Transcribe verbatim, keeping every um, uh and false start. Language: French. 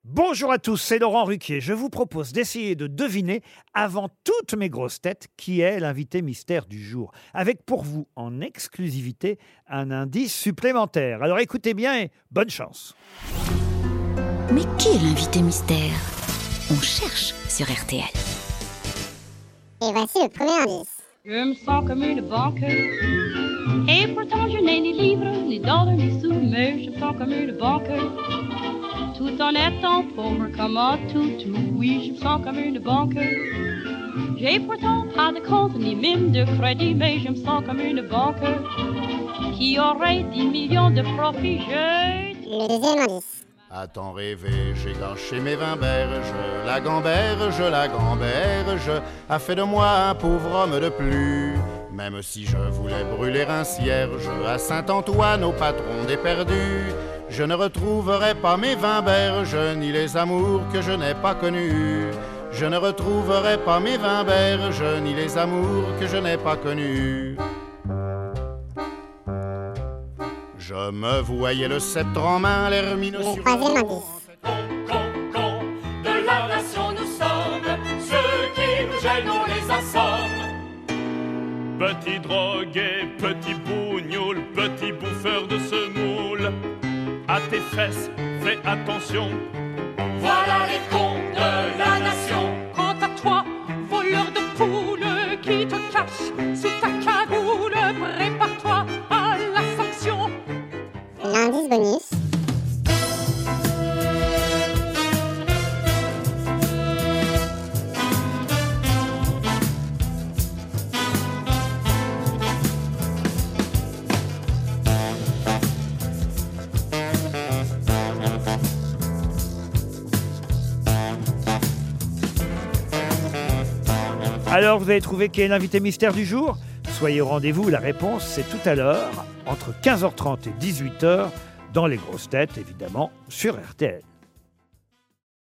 Bonjour à tous, c'est Laurent Ruquier. Je vous propose d'essayer de deviner, avant toutes mes grosses têtes, qui est l'invité mystère du jour. Avec pour vous, en exclusivité, un indice supplémentaire. Alors écoutez bien et bonne chance. Mais qui est l'invité mystère? On cherche sur R T L. Et voici le premier indice. Je me sens comme une banque. Et pourtant je n'ai ni livres, ni dollars, ni sous. Mais je me sens comme une banque. Tout en étant pauvre comme un toutou. Oui, je me sens comme une banque. J'ai pourtant pas de compte, ni mine de crédit. Mais je me sens comme une banque qui aurait dix millions de profits. Je... Le deuxième indice. À t'en rêver, j'ai gâché mes vingt berges, la gamberge, la gamberge a fait de moi un pauvre homme de plus. Même si je voulais brûler un cierge à Saint-Antoine, au patron des perdus, je ne retrouverai pas mes vingt berges, ni les amours que je n'ai pas connus. Je ne retrouverai pas mes vingt berges, ni les amours que je n'ai pas connus. Je me voyais le sceptre en main, l'hermine sur Le troisième indice. De la nation nous sommes, ceux qui nous gênent on les assomme. Petit drogué, petit bougnoul, petit bouffeur de semoule, à tes fesses, fais attention. Voilà les cons de la nation. Quant à toi, voleur de poules qui te cache sous ta cagoule, prépare-toi à la sanction. L'indice bonus. Alors, vous avez trouvé qui est l'invité mystère du jour? Soyez au rendez-vous, la réponse c'est tout à l'heure, entre quinze heures trente et dix-huit heures, dans les grosses têtes, évidemment, sur R T L.